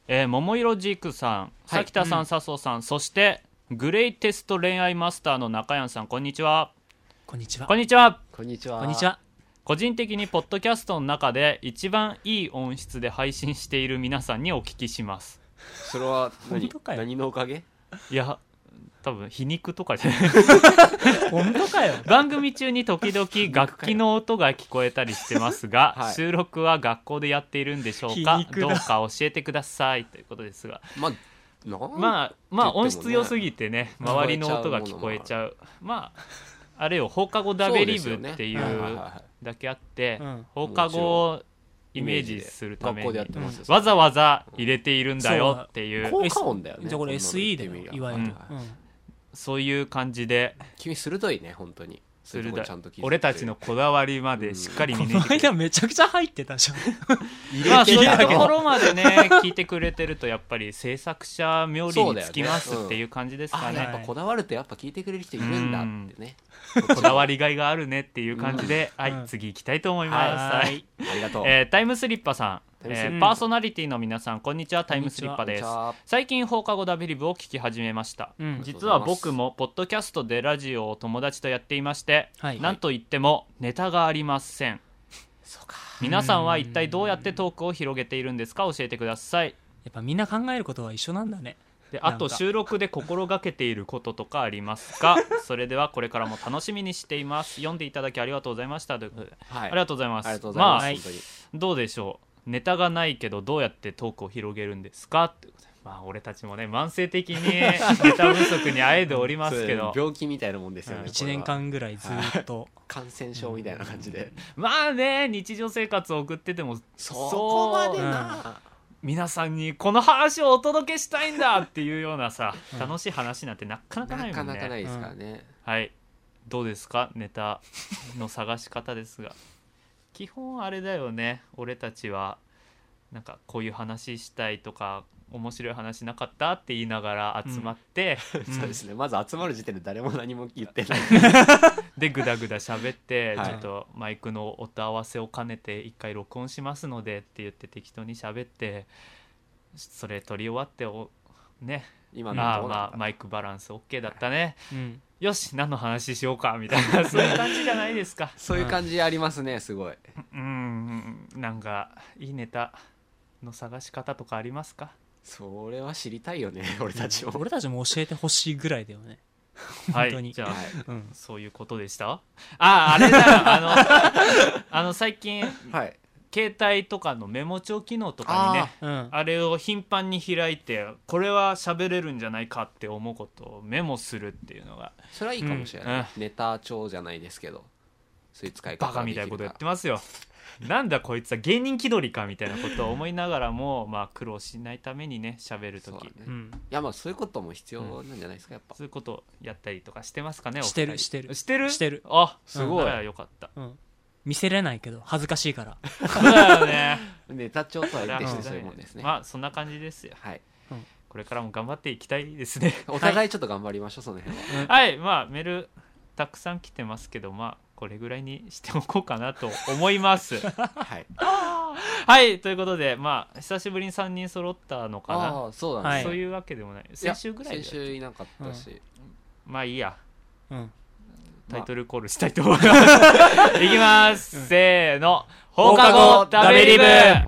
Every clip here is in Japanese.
桃色ジークさん、さきたさん、笹生さん、そしてグレイテスト恋愛マスターの中山さん、こんにちは。 こんにちは。 こんにちは。 こんにちは。 こんにちは。 個人的にポッドキャストの中で一番いい音質で配信している皆さんにお聞きします。 それは何のおかげ？ いや多分皮肉とかじゃない本当かよ。 番組中に時々楽器の音が聞こえたりしてますが、 はい、 収録は学校でやっているんでしょうか。どうか教えてくださいということですが、まあ音質良すぎてね、周りの音が聞こえちゃう。まああれよ、放課後ダベリブっていうだけあって、放課後をイメージするためにわざわざ入れているんだよっていう効果音だよね。 じゃあこれ SE だよ、いわゆる、 そういう感じで。 君鋭いね、本当に。 俺たちのこだわりまでしっかり見抜いてくれる。 この間めちゃくちゃ入ってたじゃんまあそういうところまでね聞いてくれてると、やっぱり制作者冥利につきますっていう感じですかね。 やっぱこだわるとやっぱ聞いてくれる人いるんだってね、 こだわりがいがあるねっていう感じで、はい、次行きたいと思います。はい、 ありがとう。 タイムスリッパさん、パーソナリティの皆さん、こんにちは。タイムスリッパです。最近放課後ダベリブを聞き始めました。実は僕もポッドキャストでラジオを友達とやっていまして、なんといってもネタがありません。 そうか。 皆さんは一体どうやってトークを広げているんですか。教えてください。 やっぱみんな考えることは一緒なんだね。 で、あと収録で心がけていることとかありますか。それではこれからも楽しみにしています。読んでいただきありがとうございましたということで、ありがとうございます。まあどうでしょう、ネタがないけどどうやってトークを広げるんですかってことで、まあ俺たちもね慢性的にネタ不足にあえでおりますけど病気みたいなもんですよね。 1年間ぐらいずっと感染症みたいな感じで、 まあね、日常生活を送っててもそこまでな、 皆さんにこの話をお届けしたいんだっていうようなさ、楽しい話なんてなかなかないもんね。 なかなかないですからね。 はい、どうですか、ネタの探し方ですが。基本あれだよね、俺たちはなんかこういう話したいとか面白い話なかったって言いながら集まって、 そうですね、まず集まる時点で誰も何も言ってないでグダグダ喋って、ちょっとマイクの音合わせを兼ねて一回録音しますのでって言って適当に喋って、それ撮り終わってね、 今まあマイクバランス OK だったね、よし何の話しようかみたいなそういう感じじゃないですか。 そういう感じありますね、すごい。 なんかいいネタの探し方とかありますか。 それは知りたいよね、俺たちも教えてほしいぐらいだよね。 はい、じゃあ、そういうことでした。あれだ、最近、携帯とかのメモ帳機能とかにね、あれを頻繁に開いてこれは喋れるんじゃないかって思うことをメモするっていうのが、 それはいいかもしれない、ネタ帳じゃないですけど、そういう使い方バカみたいなことやってますよなんだこいつは芸人気取りかみたいなことを思いながらも、まあ苦労しないためにね、喋るとき、いやまあそういうことも必要なんじゃないですか、やっぱ。 そういうことをやったりとかしてますかね。 してる。 あ、すごい、よかった。 見せれないけど恥ずかしいから。 そうだよね。 ネタ帳とは言ってしてそういうもんですね。 まあそんな感じですよ。 はい。 これからも頑張っていきたいですね。 お互いちょっと頑張りましょう、その辺は。 はい、まあメールたくさん来てますけど、まあこれぐらいにしておこうかなと思いますはいはい、ということで、まあ久しぶりに3人揃ったのかな。 そうだね。 そういうわけでもない。先週ぐらい先週いなかったし、 まあいいや。タイトルコールしたいと思いますいきます、せーの、放課後ダベリブ。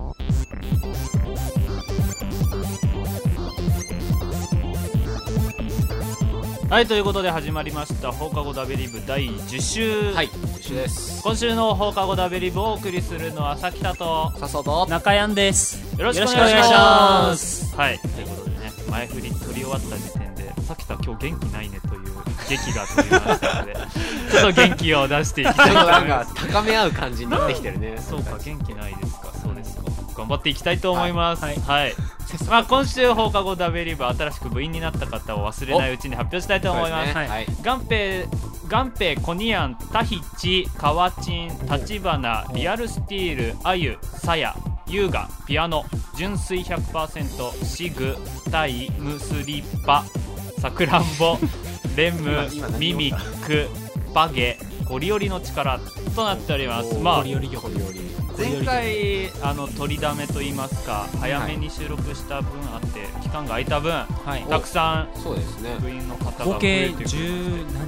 はい、ということで始まりました放課後ダベリブ第10週。 はい、10週です。 今週の放課後ダベリブをお送りするのはさきたと笹生と中山です。 よろしくお願いします。はい、ということでね、前振り取り終わった時点でさきた今日元気ないねという劇が取りましたのでちょっと元気を出していきたいと思います。 なんか高め合う感じになってきてるねそうか、元気ないですか。そうですか、頑張っていきたいと思います。はい、まあ、今週放課後ダベリブ、新しく部員になった方を忘れないうちに発表したいと思います。ガンペイ、コニアン、タヒチ、カワチン、タチバナ、リアルスティール、アユ、サヤ、ユーガ、ピアノ、純粋 100%、シグ、タイムスリッパ、サクランボ、レム、ミミック、バゲ、ゴリオリの力となっております。まあ前回取りだめと言いますか早めに収録した分あって期間が空いた分、たくさんそうですね部員の方が増合計えてくる 10何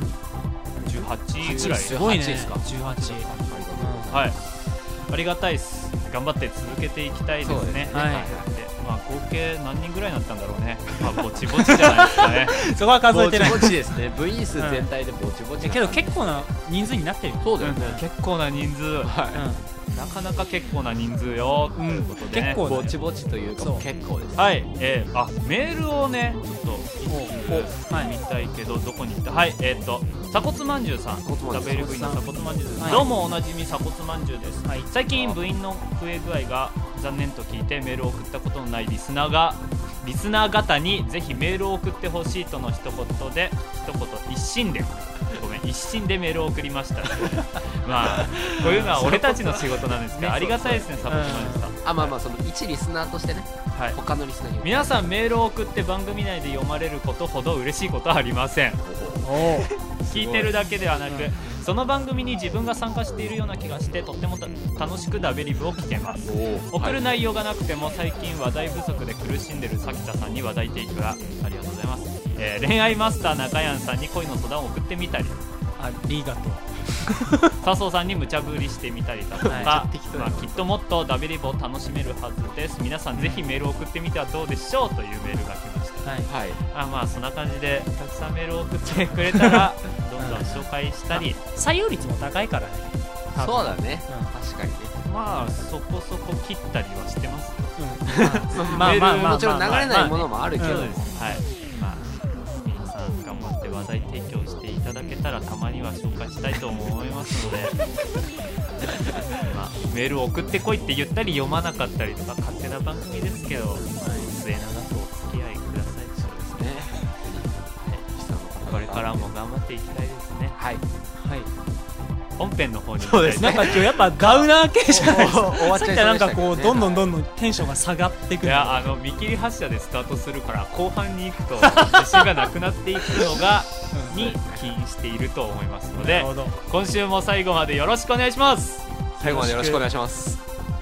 18ぐらいすごいね 18ですか 18 はいありがたいです頑張って続けていきたいですねそうですねはいまあ合計何人ぐらいになったんだろうねまあぼちぼちじゃないですかねそこは数えてないぼちぼちですね部員数全体でぼちぼちけど結構な人数になってるよそうだよね結構な人数なかなか結構な人数よということでね結構ぼちぼちというかそう結構ですはいメールをねちょっと見たいけどどこに行ったはい鎖骨まんじゅうさん WLV の鎖骨まんじゅうです、 はいどうもおなじみ鎖骨まんじゅうです、 はい最近部員の増え具合が残念と聞いてメールを送ったことのないリスナー方にぜひメールを送ってほしいとの一言一心でメールを送りましたまあこういうのは俺たちの仕事なんですが、ありがたいですね鎖骨まんじゅうさんまあその一リスナーとしてねはい他のリスナーに皆さんメールを送って番組内で読まれることほど嬉しいことはありません聞いてるだけではなく、その番組に自分が参加しているような気がしてとっても楽しくダベリブを聞けます送る内容がなくても最近話題不足で苦しんでるさきたさんに話題提供ありがとうございます、恋愛マスター中山さんに恋の相談を送ってみたりありがとう笹生さんに無茶ぶりしてみたりだとか、まあ、きっともっとダベリブを楽しめるはずです皆さんぜひメールを送ってみてはどうでしょうというメールが来ましたはいまあそんな感じでたくさんメールを送ってくれたらどんどん紹介したり採用率も高いからねそうだね確かにねまあそこそこ切ったりはしてますよまあもちろん流れないものもあるけどそうですはいまあ皆さん頑張って話題提供していただけたらたまには紹介したいと思いますのでまあメールを送ってこいって言ったり読まなかったりとか勝手な番組ですけど、末永くお付き合いください。そうですね、これからも頑張っていきたいですね。 はい本編の方にそうですなんか今日やっぱダウナー系じゃないですか終わっちゃいそうでしたけどねさっきはなんかこうどんどんテンションが下がってくるいや見切り発車でスタートするから後半に行くと自信がなくなっていくのがに起因していると思いますので今週も最後までよろしくお願いします。 最後までよろしくお願いします。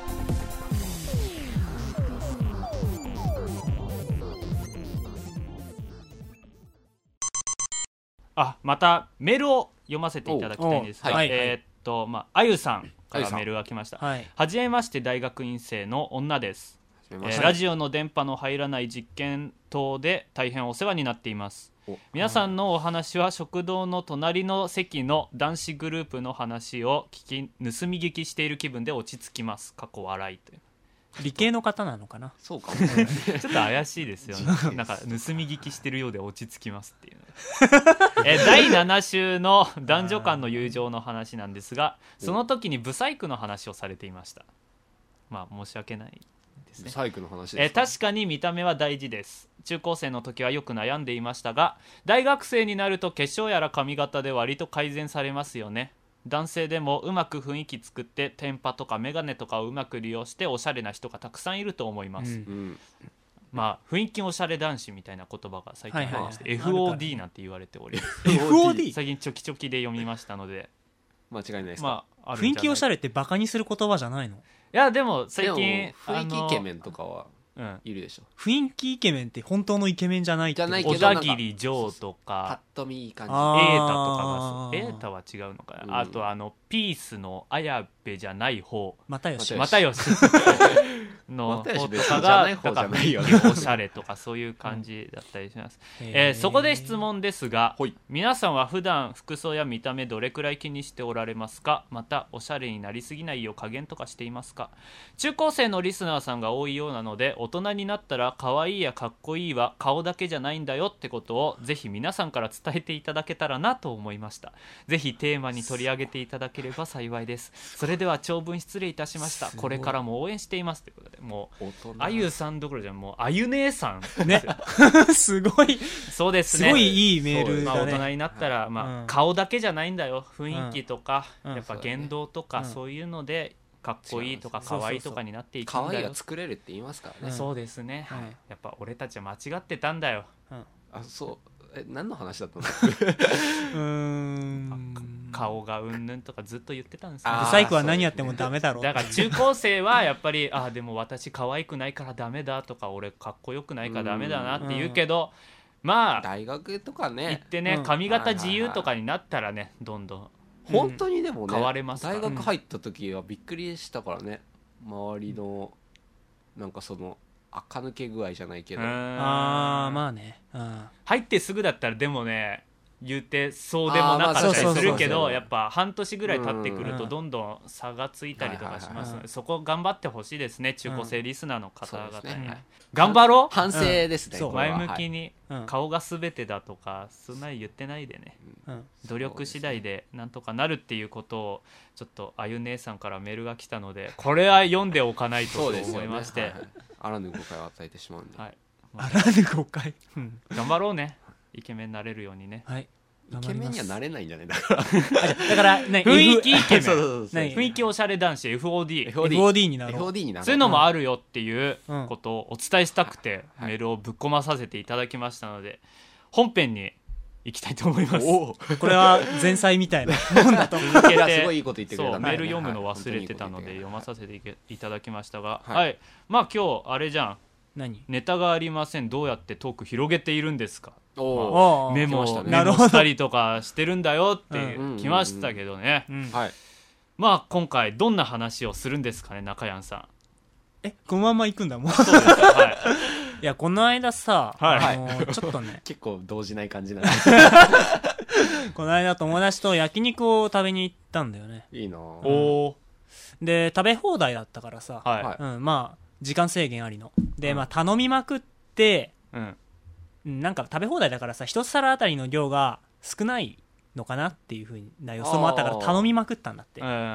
またメールを読ませていただきたいんですが、あゆさんからメールが来ました。はじめまして、大学院生の女です。ラジオの電波の入らない実験棟で大変お世話になっています。皆さんのお話は食堂の隣の席の男子グループの話を盗み聞きしている気分で落ち着きます。過去笑いという理系の方なのかな。 そうかもちょっと怪しいですよねなんか盗み聞きしてるようで落ち着きますっていう第7週の男女間の友情の話なんですが、その時にブサイクの話をされていました。まあ申し訳ないですね。 ブサイクの話ですか。 確かに見た目は大事です。中高生の時はよく悩んでいましたが、大学生になると化粧やら髪型で割と改善されますよね。男性でもうまく雰囲気作ってテンパとかメガネとかをうまく利用しておしゃれな人がたくさんいると思います、まあ雰囲気おしゃれ男子みたいな言葉が最近ありまして、FOD なんて言われており FOD 最近チョキチョキで読みましたので間違いないですか。 雰囲気おしゃれってバカにする言葉じゃないの。 いやでも最近雰囲気イケメンとかはいるでしょ。 雰囲気イケメンって本当のイケメンじゃないって小田切城とかパッと見いい感じ。 瑛太とかが瑛太は違うのかな、あとピースの綾部じゃない方又吉の方とかがだからおしゃれとかそういう感じだったりします、そこで質問ですが、皆さんは普段服装や見た目どれくらい気にしておられますか。またおしゃれになりすぎないよう加減とかしていますか。中高生のリスナーさんが多いようなので、大人になったら可愛いやかっこいいは顔だけじゃないんだよってことをぜひ皆さんから伝えていただけたらなと思いました。ぜひテーマに取り上げていただければ幸いです。それでは長文失礼いたしました。これからも応援していますということで、もうあゆさんどころじゃもうあゆ姉さんねすごいそうですね、 すごいいいメールだね。 大人になったら、顔だけじゃないんだよ、雰囲気とか、やっぱ言動とか、そういうのでかっこいいとか可愛いとかになっていくんだよ。 可愛いが作れるって言いますからね。 そうですね、やっぱ俺たちは間違ってたんだよ。 そう何の話だったの顔がうんぬんとかずっと言ってたんですよ。 ブサイクは何やってもダメだろ。 だから中高生はやっぱりでも私可愛くないからダメだとか俺かっこよくないからダメだなって言うけど、まあ大学とか行ねってね、髪型自由とかになったらねどんどん本当にでもね変われますから大学入った時はびっくりしたからね、周りのなんかその垢抜け具合じゃないけど、 まあね、 入ってすぐだったらでもね言うてそうでもなかったりするけど、やっぱ半年ぐらい経ってくるとどんどん差がついたりとかしますので、そこ頑張ってほしいですね、中高生リスナーの方々に。頑張ろう、 反省ですね、 前向きに顔が全てだとかそんなに言ってないでね、努力次第でなんとかなるっていうことをちょっとあゆ姉さんからメールが来たので、これは読んでおかないとと思いまして、 あらぬ誤解を与えてしまうんで、 あらぬ誤解、 頑張ろうね、イケメンになれるようにね。 イケメンにはなれないんじゃないだからだから雰囲気イケメン雰囲気おしゃれ男子 FOD になろう、 そういうのもあるよっていうことをお伝えしたくてメールをぶっ込まさせていただきましたので、本編に行きたいと思います。 これは前菜みたいなもんだと続けてすごいいいこと言ってくれたね。 メール読むの忘れてたので読まさせていただきましたが、まあ今日あれじゃん、ネタがありません、どうやってトーク広げているんですか、メモしたりとかしてるんだよって来ましたけどね、まあ今回どんな話をするんですかね、中山さん。 このまま行くんだもん。 そうですよ、 いやこの間さ、ちょっとね結構動じない感じなんでこの間友達と焼肉を食べに行ったんだよね。 いいなで食べ放題だったからさ、まあ時間制限ありので、まあ頼みまくって、なんか食べ放題だからさ一皿あたりの量が少ないのかなっていう風な予想もあったから頼みまくったんだって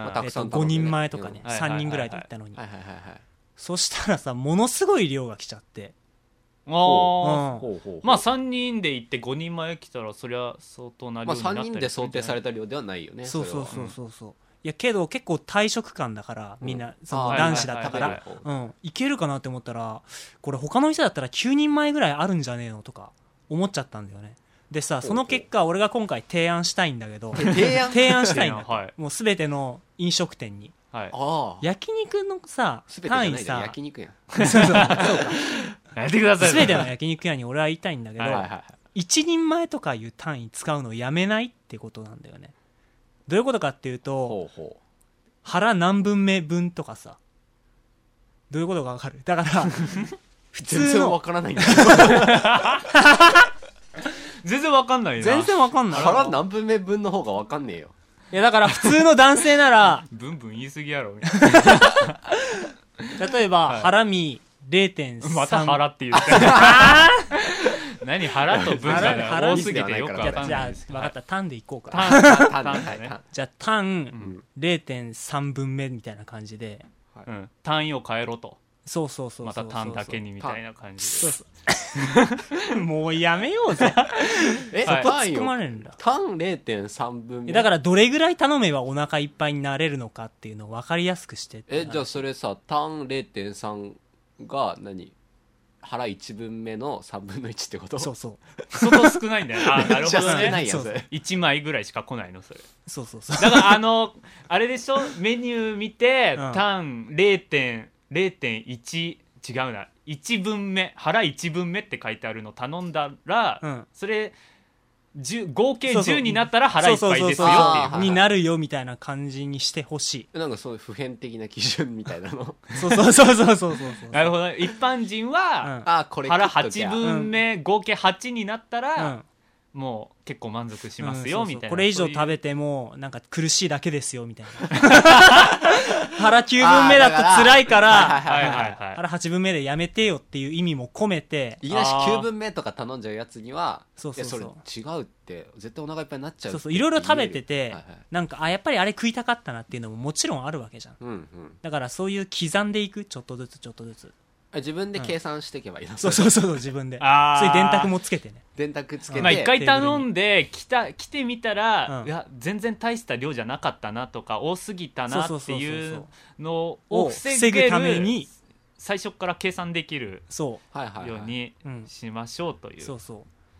。5人前とかね、3人ぐらいと言ったのに、そしたらさものすごい量が来ちゃって、 まあ3人で行って5人前来たらそりゃ相当な量になったりするんじゃない。 3人で想定された量ではないよね。 そういやけど結構大食感だからみんなその男子だったからいけるかなって思ったら、これ他の店だったら9人前ぐらいあるんじゃねえのとか思っちゃったんだよね。でさその結果俺が今回提案したいんだけど提案したいんだもう全ての飲食店に焼肉のさ単位さ焼肉やんやってください。 全ての焼肉屋に俺は言いたいんだけど1人前とかいう単位使うのやめないってことなんだよね。どういうことかっていうと腹何分目分とかさ、どういうことか分かる？だから普通の全然分からないんだ全然分かんないな。 全然分かんない。 腹何分目分の方が分かんねえよ。 いやだから普通の男性ならブンブン言い過ぎやろみたいな例えば、ハラミ 0.3 また腹って言って何腹と分が多すぎてよく分かんないです。 じゃあ分かった、タンでいこうか。じゃあタン 0.3 分目みたいな感じで、 単位を変えろと。 そうまたタンだけにみたいな感じでもうやめようぜ。そこ突っ込まれるんだ。 タン 0.3 分目だからどれぐらい頼めばお腹いっぱいになれるのかっていうのを分かりやすくしてって。 じゃあそれさタン 0.3 が何、腹1分目の3分の1ってこと？ そう相当少ないんだよ。なるほどね。1枚ぐらいしか来ないのそれ。 そうだからあれでしょ、メニュー見て、タン 0.1 違うな、1分目腹1分目って書いてあるの頼んだら、それ合計10になったら腹いっぱいですよっていうになるよみたいな感じにしてほしい。 なんかそういう普遍的な基準みたいなのそうなるほど。一般人は腹8分目合計8になったらもう結構満足しますよみたいな。 これ以上食べてもなんか苦しいだけですよみたいな腹9分目だと辛いから腹8分目でやめてよっていう意味も込めて、 いきなし9分目とか頼んじゃうやつにはそれ違うって絶対お腹いっぱいになっちゃう。 いろいろ食べててなんかやっぱりあれ食いたかったなっていうのももちろんあるわけじゃん。だからそういう刻んでいく、ちょっとずつ自分で計算していけばいいの？ そう自分でそういう電卓もつけてね。 電卓つけて一回頼んで来てみたら、いや全然大した量じゃなかったなとか多すぎたなっていうのを防ぐために最初から計算できるようにしましょうという。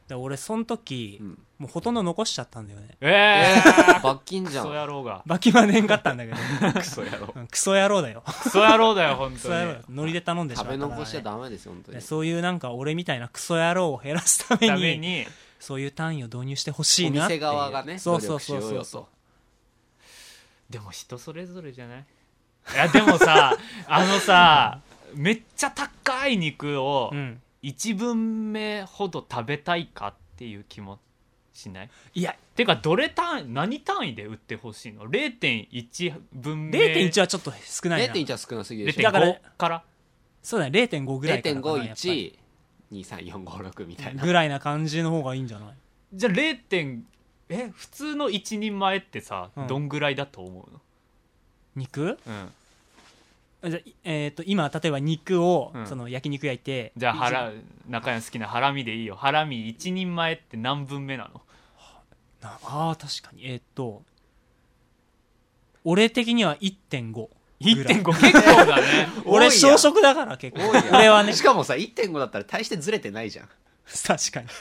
で俺その時、もうほとんど残しちゃったんだよね。 罰金じゃん。 クソ野郎が。 罰金はねんかったんだけどクソ野郎。 クソ野郎だよ。 クソ野郎だよ本当に。 ノリで頼んでしまったから、ね、 食べ残しちゃダメですよ本当に。 そういうなんか俺みたいなクソ野郎を減らすためにそういう単位を導入してほしいなっていう。 お店側がね、 そうそうそうそうそう。 でも人それぞれじゃない？いやでもささめっちゃ高い肉を1分目ほど食べたいかっていう気もしない？いやてか何単位で売ってほしいの？ 0.1 分目。 0.1 はちょっと少ないな。 0.1 は少なすぎでしょ。 だからからそうだね、 0.5 ぐらいかな。 0.51 23456みたいなぐらいな感じの方がいいんじゃない？ じゃあ普通の一人前ってさ、どんぐらいだと思うの？肉？ じゃ今例えば肉を、その焼肉焼いて、 じゃあ中山好きなハラミでいいよ。ハラミ一人前って何分目なの？ 確かに俺的には 1.5 結構だね俺小食だから結構俺はね。 しかもさ 1.5 だったら大してずれてないじゃん。 確かに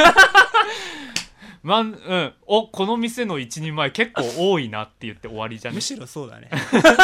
この店の一人前結構多いなって言って終わりじゃね？ むしろそうだね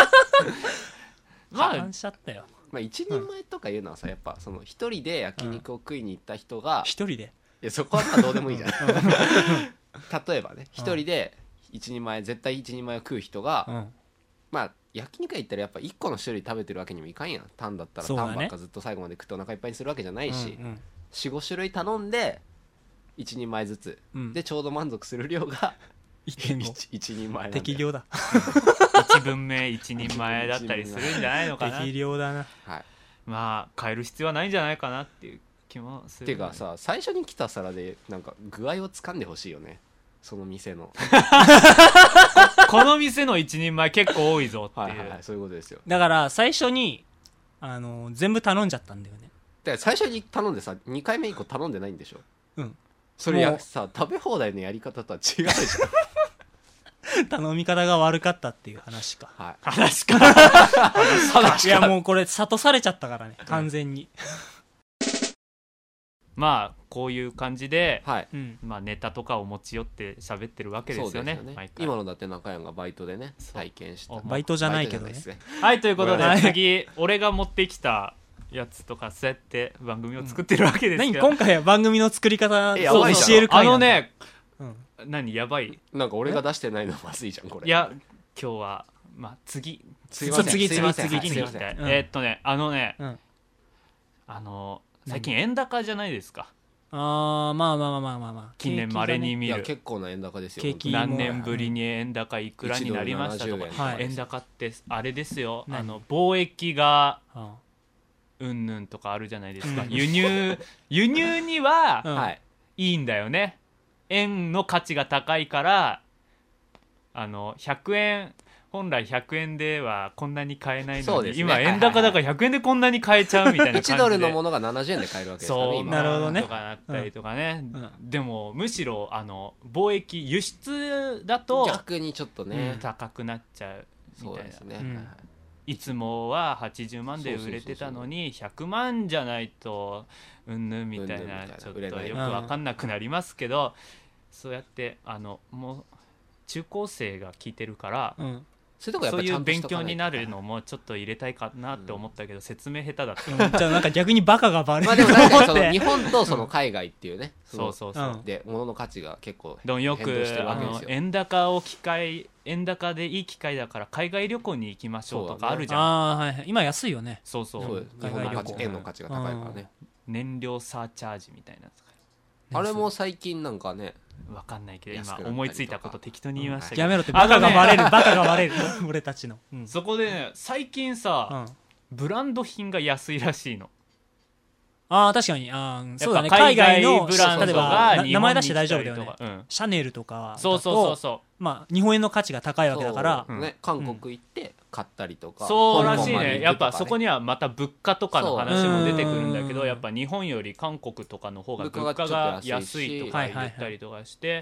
反射ったよ。一人前とかいうのはさ、やっぱその一人で焼肉を食いに行った人が一人で、いやそこはまあどうでもいいじゃん例えばね一人で一人前絶対一人前を食う人が、まあ焼肉屋行ったらやっぱ1個の種類食べてるわけにもいかんやん。タンだったらタンばっかずっと最後まで食ってお腹いっぱいにするわけじゃないし、4,5 種類頼んで1人前ずつ、でちょうど満足する量が 1.5 一人前なんで適量だ 1分目一人前だったりするんじゃないのかな。 適量だな。 はい、 まあ変える必要はないんじゃないかなっていう気もする。 てかさ、最初に来た皿でなんか具合を掴んでほしいよね、その店のこの店の一人前結構多いぞっていう、 はい、そういうことですよ。 だから最初に全部頼んじゃったんだよね。 だから最初に頼んでさ2回目以降頼んでないんでしょ。それさ食べ放題のやり方とは違うじゃん頼み方が悪かったっていう話か。 話かいやもうこれ諭されちゃったからね完全にまあこういう感じで、まあ、ネタとかを持ち寄って喋ってるわけですよね。 今のだって中山がバイトでね体験した。 バイトじゃないけどね。 はいということで次俺が持ってきたやつとかそうやって番組を作ってるわけですけど、 今回は番組の作り方を教える回何やばい、 なんか俺が出してないのまずいじゃんこれ。 いや今日はまあ次すいません次に行きたい。最近円高じゃないですか。 まあ近年稀に見る。 結構な円高ですよ。 何年ぶりに円高いくらになりましたとか。円高ってあれですよ、貿易がうんぬんとかあるじゃないですか。輸入にはいいんだよね。円の価値が高いから100円本来100円ではこんなに買えないのに、今円高だから100円でこんなに買えちゃうみたいな感じで 1ドルのものが70円で買えるわけですからね。 そうなるほどねとかなったりとかね、でもむしろ貿易輸出だと逆にちょっとね高くなっちゃうみたいな。いつもは80万で売れてたのに100万じゃないとうんぬんみたいな、ちょっとよく分かんなくなりますけど、そうやってもう中高生が聞いてるから、そういう勉強になるのもちょっと入れたいかなって思ったけど、説明下手だった。 じゃあなんか逆にバカがバレる。 まあでもなんかその日本とその海外っていうね、 そうで物の価値が結構変動してるわけですよ。円高でいい機会だから海外旅行に行きましょうとかあるじゃん。 今安いよね。 そう日本の価値、円の価値が高いからね。 燃料サーチャージみたいな。 あれも最近なんかね分かんないけど今思いついたこと適当に言いましたけど、 やめろってバカがバレるバカがバレる俺たちの、 そこでね最近さ、ブランド品が安いらしいの。 確かにそうだね、海外のブランドが名前出して大丈夫だよね。シャネルとかそうまあ日本円の価値が高いわけだから韓国行って買ったりとか。 そうらしいね。やっぱそこにはまた物価とかの話も出てくるんだけど、やっぱ日本より韓国とかの方が物価が安いとか言ったりとかして、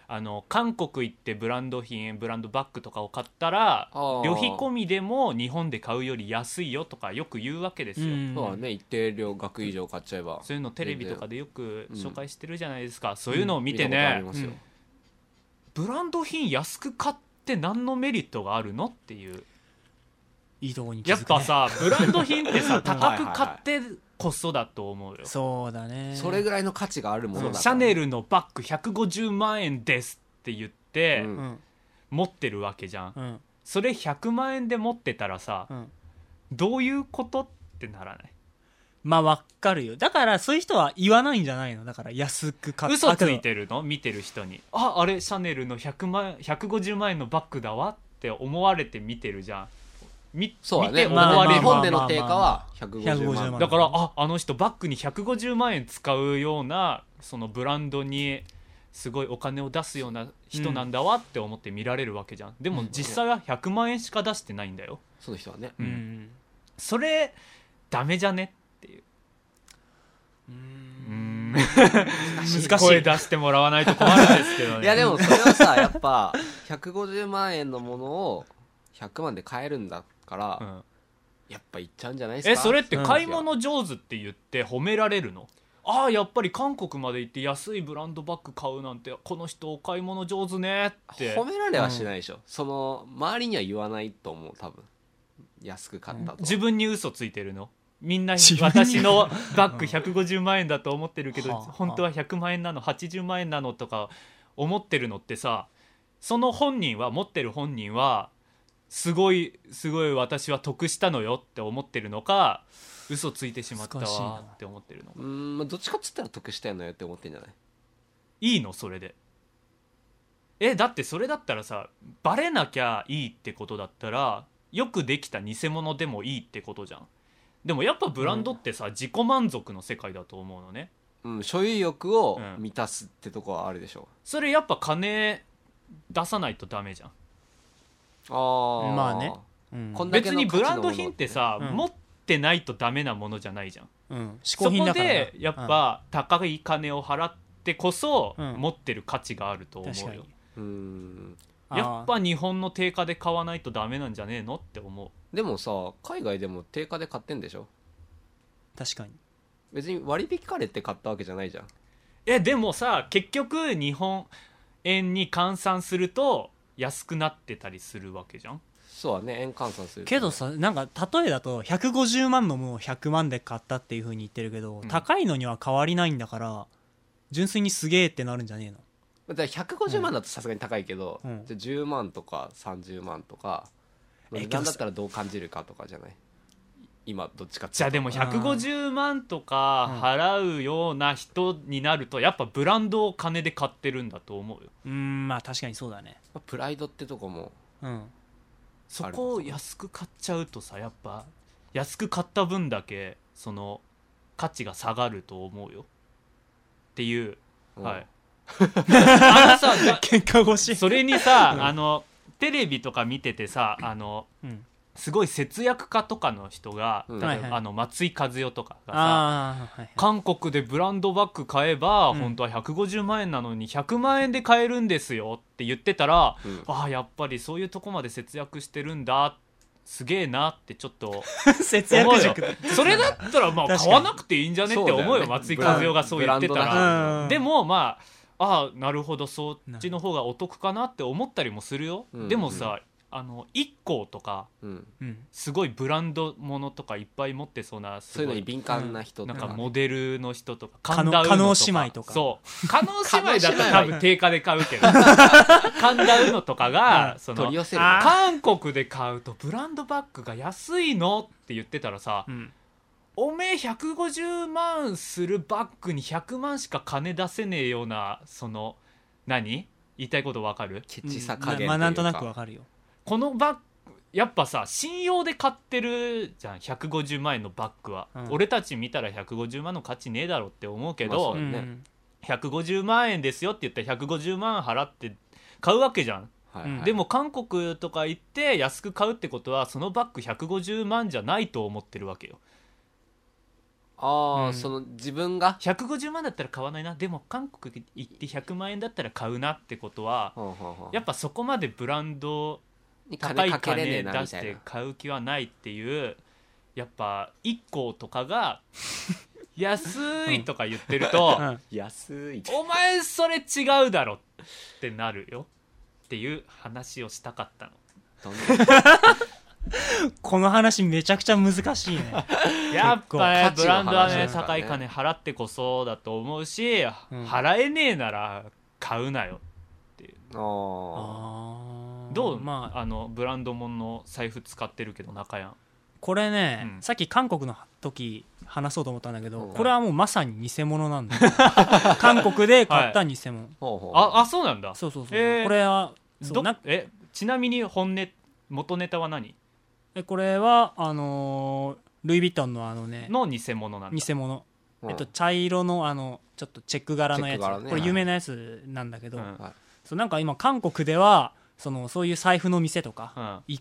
韓国行ってブランド品ブランドバッグとかを買ったら旅費込みでも日本で買うより安いよとかよく言うわけですよ。 そうだね、一定量額以上買っちゃえば。 そういうのテレビとかでよく紹介してるじゃないですか、そういうのを見てね、ブランド品安く買って何のメリットがあるのっていう。 いいとこに気づくね。 やっぱさブランド品ってさ高く買ってこそだと思うよ。 そうだね、 それぐらいの価値があるものだから。 シャネルのバッグ150万円ですって言って、持ってるわけじゃん、それ100万円で持ってたらさ、どういうことってならない？ まあ分かるよ。だからそういう人は言わないんじゃないの？だから安く買った。 嘘ついてるの？見てる人にあれシャネルの150万円のバッグだわって思われて見てるじゃん。 そうだね、日本での定価は150万だからあの人バッグに150万円使うようなそのブランドにすごいお金を出すような人なんだわって思って見られるわけじゃん。でも実際は100万円しか出してないんだよ、 その人はね、 それダメじゃねっていう。難しい。声出してもらわないと困るんですけどね。 いやでもそれはさやっぱ150万円のものを100万で買えるんだから、やっぱいっちゃうんじゃないですか。 それって買い物上手って言って褒められるの？やっぱり韓国まで行って安いブランドバッグ買うなんてこの人お買い物上手ねって褒められはしないでしょ、その周りには言わないと思う。多分安く買ったと、 自分に嘘ついてるの？みんな私のバッグ150万円だと思ってるけど本当は100万円なの80万円なのとか思ってるのってさ、その本人は持ってる本人はすごい私は得したのよって思ってるのか、嘘ついてしまったわって思ってるのか。 どっちかっつったら得したのよって思ってんじゃない？ いいのそれで？だってそれだったらさバレなきゃいいってことだったらよくできた偽物でもいいってことじゃん。でもやっぱブランドってさ、自己満足の世界だと思うのね、 所有欲を満たすってとこはあるでしょ、 それやっぱ金出さないとダメじゃん。 まあね、 別にブランド品ってさ、持ってないとダメなものじゃないじゃん、 嗜好品だから。 そこでやっぱ高い金を払ってこそ持ってる価値があると思うよ、やっぱ日本の定価で買わないとダメなんじゃねえのって思う。 でもさ海外でも定価で買ってんでしょ。 確かに別に割引かれて買ったわけじゃないじゃん。 でもさ結局日本円に換算すると安くなってたりするわけじゃん。 そうだね、円換算するけどさ、なんか例えだと150万のものを100万で買ったっていう風に言ってるけど、高いのには変わりないんだから純粋にすげえってなるんじゃねえの。 だから150万だとさすがに高いけど、じゃあ10万とか30万とか値段だったらどう感じるかとかじゃない？今どっちかって。 じゃあでも150万とか払うような人になるとやっぱブランドを金で買ってるんだと思うよ。 まあ確かにそうだね。 プライドってとこも、 そこを安く買っちゃうとさ、やっぱ安く買った分だけその価値が下がると思うよっていう、はいさ喧嘩腰それにさ、テレビとか見ててさすごい節約家とかの人が、松井和代とかがさ、韓国でブランドバッグ買えば、本当は150万円なのに100万円で買えるんですよって言ってたら、やっぱりそういうとこまで節約してるんだ、すげえなってちょっと節約塾それだったらまあ買わなくていいんじゃねって思うよ、松井和代がそう言ってたら。でもまあなるほどそっちの方がお得かなって思ったりもするよ。でもさIKKOとか、すごいブランドものとかいっぱい持ってそうな、 そういうのに敏感な人とか、なんかモデルの人とか、 加納姉妹とか、 そう加納姉妹だったら多分定価で買うけど神田うのとかがその韓国で買うとブランドバッグが安いのって言ってたらさ、おめえ150万するバッグに100万しか金出せねえような、その言いたいことわかる？ ケチさ加減というか、 まあなんとなくわかるよ。 このバッグやっぱさ信用で買ってるじゃん、150万円のバッグは、俺たち見たら150万の価値ねえだろって思うけど、150万円ですよって言ったら150万払って買うわけじゃん、でも韓国とか行って安く買うってことはそのバッグ150万じゃないと思ってるわけよ。 その自分が 150万だったら買わないな、でも韓国行って100万円だったら買うなってことは、やっぱそこまでブランド高い金出して買う気はないっていう、やっぱIKKOとかが安いとか言ってると、 安いお前それ違うだろってなるよっていう話をしたかったの。 この話めちゃくちゃ難しいね。 やっぱねブランドはね高い金払ってこそだと思うし、払えねえなら買うなよっていう。どう、まあ、ブランド物の財布使ってるけど中山これね、さっき韓国の時話そうと思ったんだけど、これはもうまさに偽物なんだよ。韓国で買った偽物。 あ、そうなんだ。 そうこれはちなみに元ネタは何？ これはルイ・ヴィトンのの偽物なんだ。 偽物。茶色のちょっとチェック柄のやつ、これ有名なやつなんだけど、そうなんか今韓国ではそういう財布の店とか行って、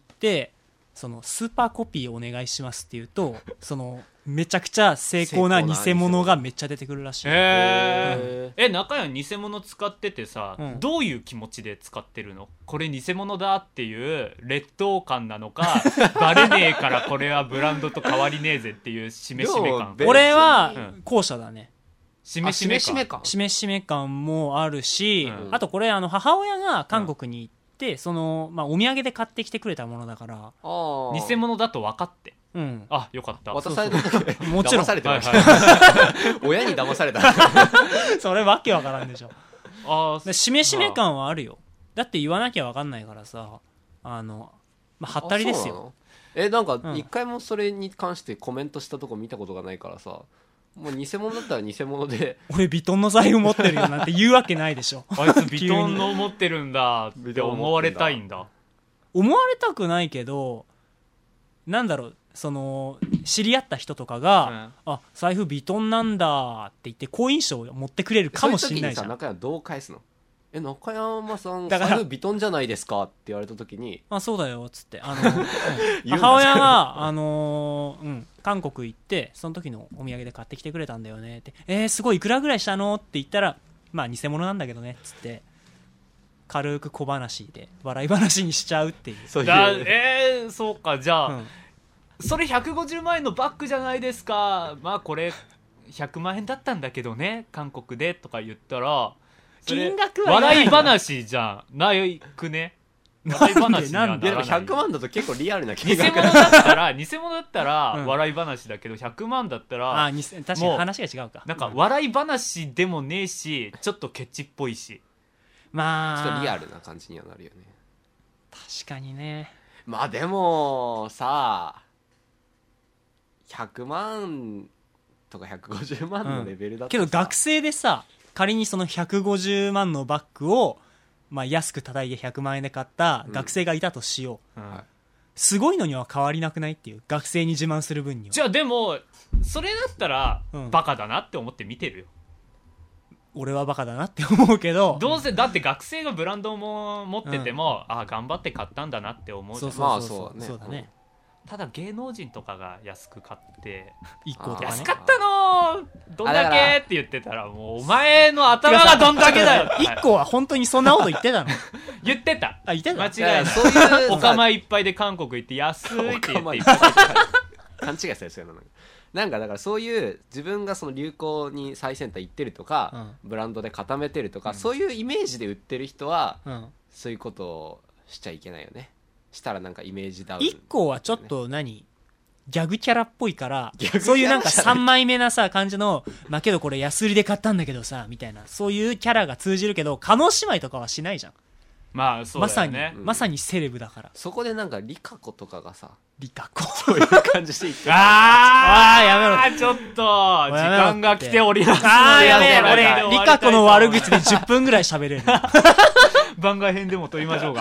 スーパーコピーお願いしますって言うとめちゃくちゃ精巧な偽物がめっちゃ出てくるらしい。 中谷偽物使っててさ、どういう気持ちで使ってるの？これ偽物だっていう劣等感なのか、バレねえからこれはブランドと変わりねえぜっていうしめしめ感。 俺は後者だね。 しめしめ感。 しめしめ感もあるし、あとこれ母親が韓国に行って、お土産で買ってきてくれたものだから、 偽物だと分かって、あ、よかった。 渡された時もちろん騙されてました。親に騙された。 それわけわからんでしょ。しめしめ感はあるよ。だって言わなきゃわかんないからさ、はったりですよ。 なんか一回もそれに関してコメントしたとこ見たことがないからさ、もう偽物だったら偽物で俺ビトンの財布持ってるよなんて言うわけないでしょ。 あいつビトンの持ってるんだって思われたいんだ。 思われたくないけど、なんだろう、知り合った人とかが、あ、財布ビトンなんだって言って好印象を持ってくれるかもしれないじゃん。 そういう時にさ、中山どう返すの？中山さん財布ビトンじゃないですかって言われた時に、 あ、そうだよっつって母親が韓国行ってその時のお土産で買ってきてくれたんだよねって、すごいいくらぐらいしたのって言ったら、まあ偽物なんだけどねっつって軽く小話で笑い話にしちゃうっていう。 そうか、じゃあ、それ150万円のバッグじゃないですか、まあこれ100万円だったんだけどね韓国でとか言ったら、 金額は笑い話じゃないくね。笑い話にはならない。 でも100万だと結構リアルな金額。 偽物だったら笑い話だけど、100万だったら確かに話が違うか。 なんか笑い話でもねえし、ちょっとケチっぽいし、 まあちょっとリアルな感じにはなるよね。 確かにね。 まあでもさ、100万とか150万のレベルだったら、 けど学生でさ、仮にその150万のバッグを、安く叩いて100万円で買った学生がいたとしよう、すごいのには変わりなくないっていう、学生に自慢する分には。 じゃあでもそれだったらバカだなって思って見てるよ。 俺はバカだなって思うけど、 どうせだって学生がブランドも持ってても、頑張って買ったんだなって思うじゃん。 そうだね。 ただ芸能人とかが安く買って 1個とかね、 安かったのどんだけって言ってたら、もうお前の頭がどんだけだよ。 1個は本当にそんなこと言ってたの？ 言ってた。 言ってた。 間違いない。そういうお構いいっぱいで韓国行って安いって言って勘違いされそうやな。なんかだからそういう自分がその流行に最先端行ってるとか、ブランドで固めてるとか、そういうイメージで売ってる人は、そういうことをしちゃいけないよね。したらなんかイメージダウン、 1個はちょっとギャグキャラっぽいから、そういうなんか3枚目なさ感じの、けどこれ安売りで買ったんだけどさみたいな、そういうキャラが通じるけど、叶姉妹とかはしないじゃん。 まあそうだよね。 まさにセレブだから。 そこでなんかリカ子とかがさ、 リカ子そういう感じしていってやめろ。ちょっと時間が来ております。 やめろ。俺リカ子の悪口で10分ぐらい喋れる。 番外編でも撮りましょうか。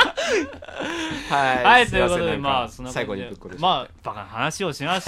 はい、 ということで、その最後にぶっこでバカな話をしました。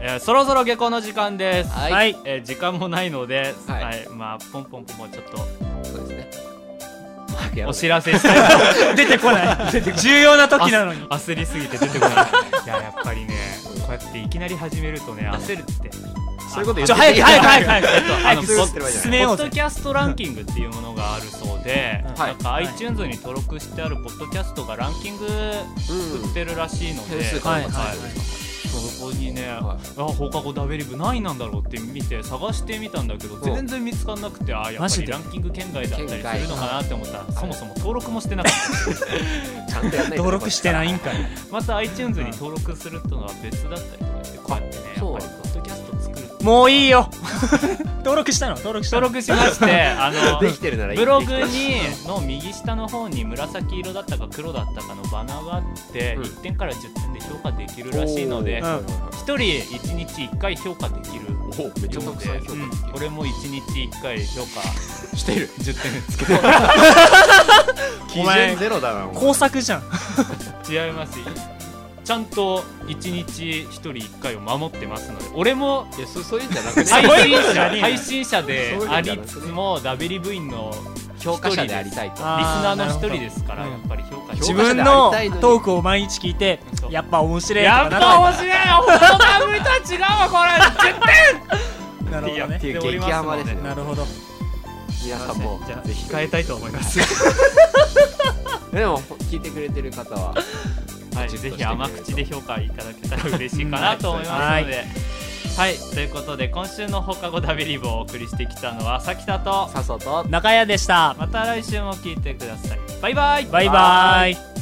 そろそろ下校の時間です。 はい、 時間もないので、はい、まあポンポンちょっとそうですね、 お知らせしたい。出てこない重要な時なのに焦りすぎて出てこない。いや、やっぱりね、こうやっていきなり始めるとね、焦るって。 そういうこと言って早くポッドキャストランキングっていうものがあるそうで、なんか iTunes に登録してあるポッドキャストがランキング売ってるらしいので、そこにね、放課後ダベリブ何位なんだろうって見て探してみたんだけど、全然見つかんなくて、やっぱりランキング圏外だったりするのかなって思ったら、そもそも登録もしてなかったちゃんとやんないと登録してないんかい。 また iTunes に登録するっていうのは別だったりとかして、こうやってね、やっぱりポッドキャスト作る。 もういいよ登録したの？登録しまして、 できてるならいい。 ブログの右下の方に紫色だったか黒だったかのバナーがあって、1点から10点で評価できるらしいので、1人1日1回評価できる。 めっちゃたくさん評価できる。 俺も1日1回評価してる。 10点つけて基準ゼロだな。 工作じゃん。 違います。ちゃんと1日1人1回を守ってますので、俺もそういうんじゃなくて配信者でありつつもダベリ部員の評価者でありたいと、リスナーの一人ですから、やっぱり評価自分のトークを毎日聞いて、やっぱ面白い、 やっぱ面白い、本当ダブリとは違うわこれ10点なるほどね、 っていう激甘ですね。 なるほど、 皆さんもじゃあぜひ変えたいと思いますでも聞いてくれてる方ははい、ぜひ甘口で評価いただけたら嬉しいかなと思いますので、はい、ということで今週の放課後ダベリブをお送りしてきたのはさきたとさそと中谷でした。 また来週も聞いてください。バイバイ。 バイバイ。